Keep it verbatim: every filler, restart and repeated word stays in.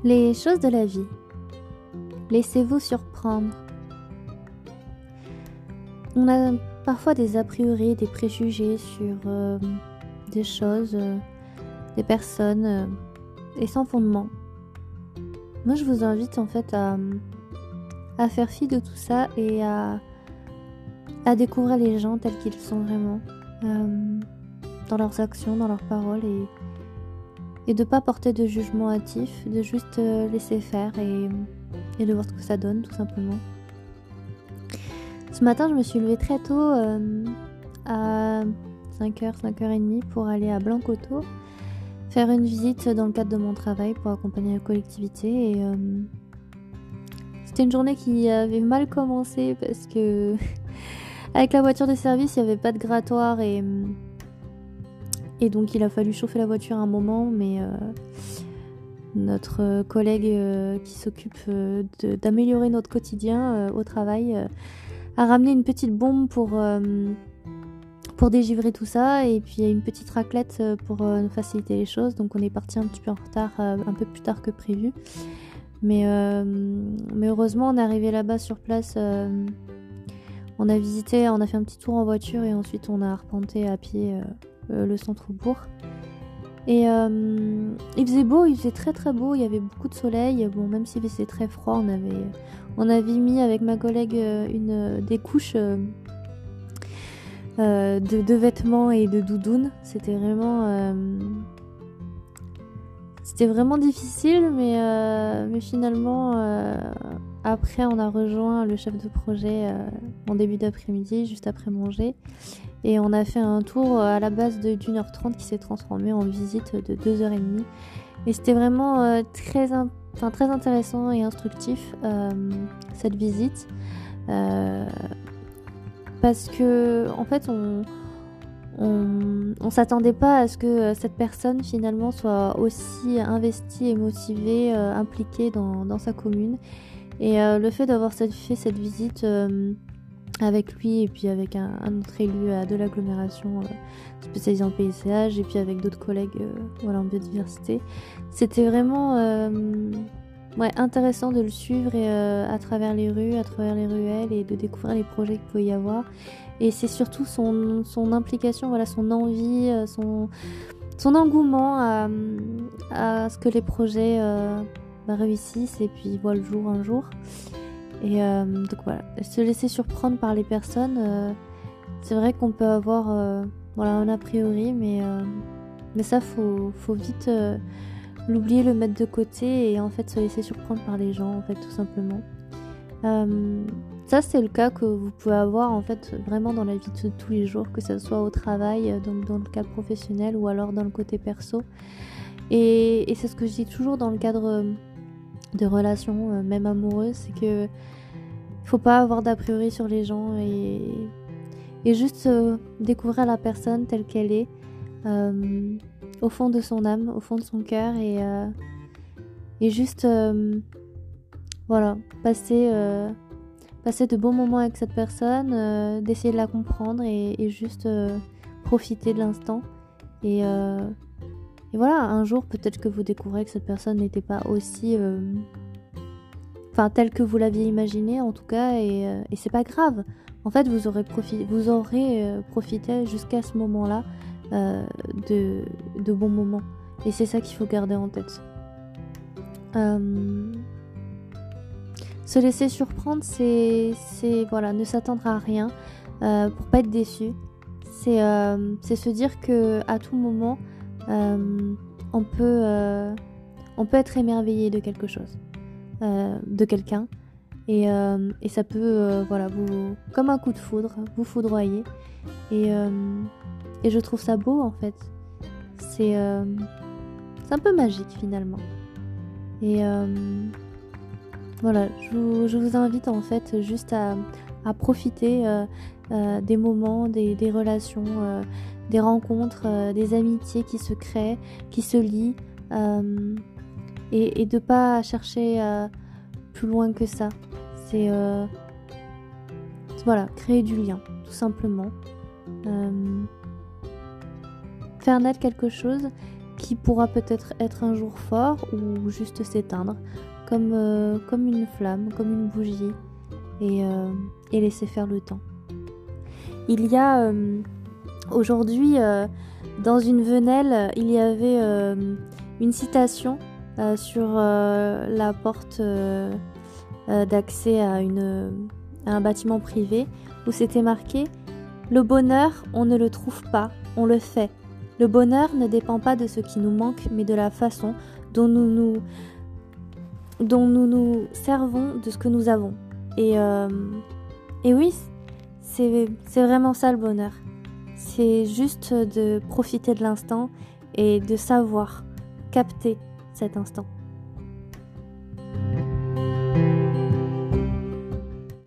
Les choses de la vie. Laissez-vous surprendre. On a parfois des a priori, des préjugés sur euh, des choses, euh, des personnes, euh, et sans fondement. Moi, je vous invite en fait à, à faire fi de tout ça et à, à découvrir les gens tels qu'ils sont vraiment, euh, dans leurs actions, dans leurs paroles, et, et de ne pas porter de jugement hâtif, de juste euh, laisser faire et, et de voir ce que ça donne, tout simplement. Ce matin, je me suis levée très tôt, euh, à cinq heures, cinq heures trente, pour aller à Blancoto, faire une visite dans le cadre de mon travail pour accompagner la collectivité. Et euh, c'était une journée qui avait mal commencé parce que avec la voiture de service, il n'y avait pas de grattoir et, et donc il a fallu chauffer la voiture un moment, mais euh, notre collègue euh, qui s'occupe euh, de, d'améliorer notre quotidien euh, au travail euh, a ramené une petite bombe pour, euh, pour dégivrer tout ça, et puis une petite raclette pour euh, faciliter les choses. Donc on est parti un petit peu en retard, euh, un peu plus tard que prévu. Mais, euh, mais heureusement, on est arrivé là-bas sur place. Euh, on a visité, on a fait un petit tour en voiture et ensuite on a arpenté à pied euh, le centre-bourg. Et euh, il faisait beau, il faisait très très beau, il y avait beaucoup de soleil. Bon, même s'il faisait très froid, on avait, on avait mis avec ma collègue une, des couches euh, euh, de, de vêtements et de doudounes. C'était vraiment, euh, c'était vraiment difficile, mais, euh, mais finalement, euh, après on a rejoint le chef de projet euh, en début d'après-midi, juste après manger. Et on a fait un tour à la base de, d'une heure trente qui s'est transformé en visite de deux heures trente. Et c'était vraiment euh, très, in- enfin, très intéressant et instructif, euh, cette visite. Euh, parce que, en fait, on on, on s'attendait pas à ce que cette personne, finalement, soit aussi investie et motivée, euh, impliquée dans, dans sa commune. Et euh, le fait d'avoir fait cette visite... Euh, avec lui et puis avec un, un autre élu euh, de l'agglomération euh, spécialisé en P C H, et puis avec d'autres collègues euh, voilà, en biodiversité. C'était vraiment euh, ouais, intéressant de le suivre et, euh, à travers les rues, à travers les ruelles, et de découvrir les projets qu'il peut y avoir. Et c'est surtout son, son implication, voilà, son envie, euh, son, son engouement à, à ce que les projets euh, bah, réussissent et puis voient le jour un jour. Et euh, donc voilà, se laisser surprendre par les personnes, euh, c'est vrai qu'on peut avoir euh, voilà, un a priori, mais, euh, mais ça, faut, faut vite euh, l'oublier, le mettre de côté, et en fait se laisser surprendre par les gens, en fait, tout simplement. Euh, ça, c'est le cas que vous pouvez avoir en fait vraiment dans la vie de tous les jours, que ce soit au travail, donc dans le cadre professionnel, ou alors dans le côté perso. Et, et c'est ce que je dis toujours dans le cadre de relations, euh, même amoureuses, c'est que faut pas avoir d'a priori sur les gens, et, et juste euh, découvrir la personne telle qu'elle est, euh, au fond de son âme, au fond de son cœur, et, euh, et juste euh, voilà, passer, euh, passer de bons moments avec cette personne, euh, d'essayer de la comprendre, et, et juste euh, profiter de l'instant. Et, euh, et voilà, un jour peut-être que vous découvrez que cette personne n'était pas aussi... Euh, Enfin, tel que vous l'aviez imaginé, en tout cas, et, euh, et c'est pas grave. En fait, vous aurez, profi- vous aurez euh, profité jusqu'à ce moment-là euh, de, de bons moments. Et c'est ça qu'il faut garder en tête. Euh, se laisser surprendre, c'est, c'est voilà, ne s'attendre à rien euh, pour pas être déçu. C'est, euh, c'est se dire que à tout moment, euh, on peut, euh, on peut être émerveillé de quelque chose. Euh, de quelqu'un, et, euh, et ça peut euh, voilà, vous, comme un coup de foudre, vous foudroyer, et, euh, et je trouve ça beau en fait. C'est, euh, c'est un peu magique finalement, et euh, voilà, je vous, je vous invite en fait juste à, à profiter euh, euh, des moments, des, des relations, euh, des rencontres, euh, des amitiés qui se créent, qui se lient, euh, et, et de pas chercher euh, plus loin que ça. C'est euh, voilà, créer du lien, tout simplement. Euh, faire naître quelque chose qui pourra peut-être être un jour fort ou juste s'éteindre, comme, euh, comme une flamme, comme une bougie, et, euh, et laisser faire le temps. Il y a euh, aujourd'hui, euh, dans une venelle, il y avait euh, une citation euh, sur euh, la porte euh, euh, d'accès à, une, à un bâtiment privé, où c'était marqué « Le bonheur, on ne le trouve pas, on le fait. Le bonheur ne dépend pas de ce qui nous manque, mais de la façon dont nous nous, dont nous, nous servons de ce que nous avons. » Et, euh, et oui, c'est, c'est vraiment ça le bonheur. C'est juste de profiter de l'instant et de savoir capter cet instant.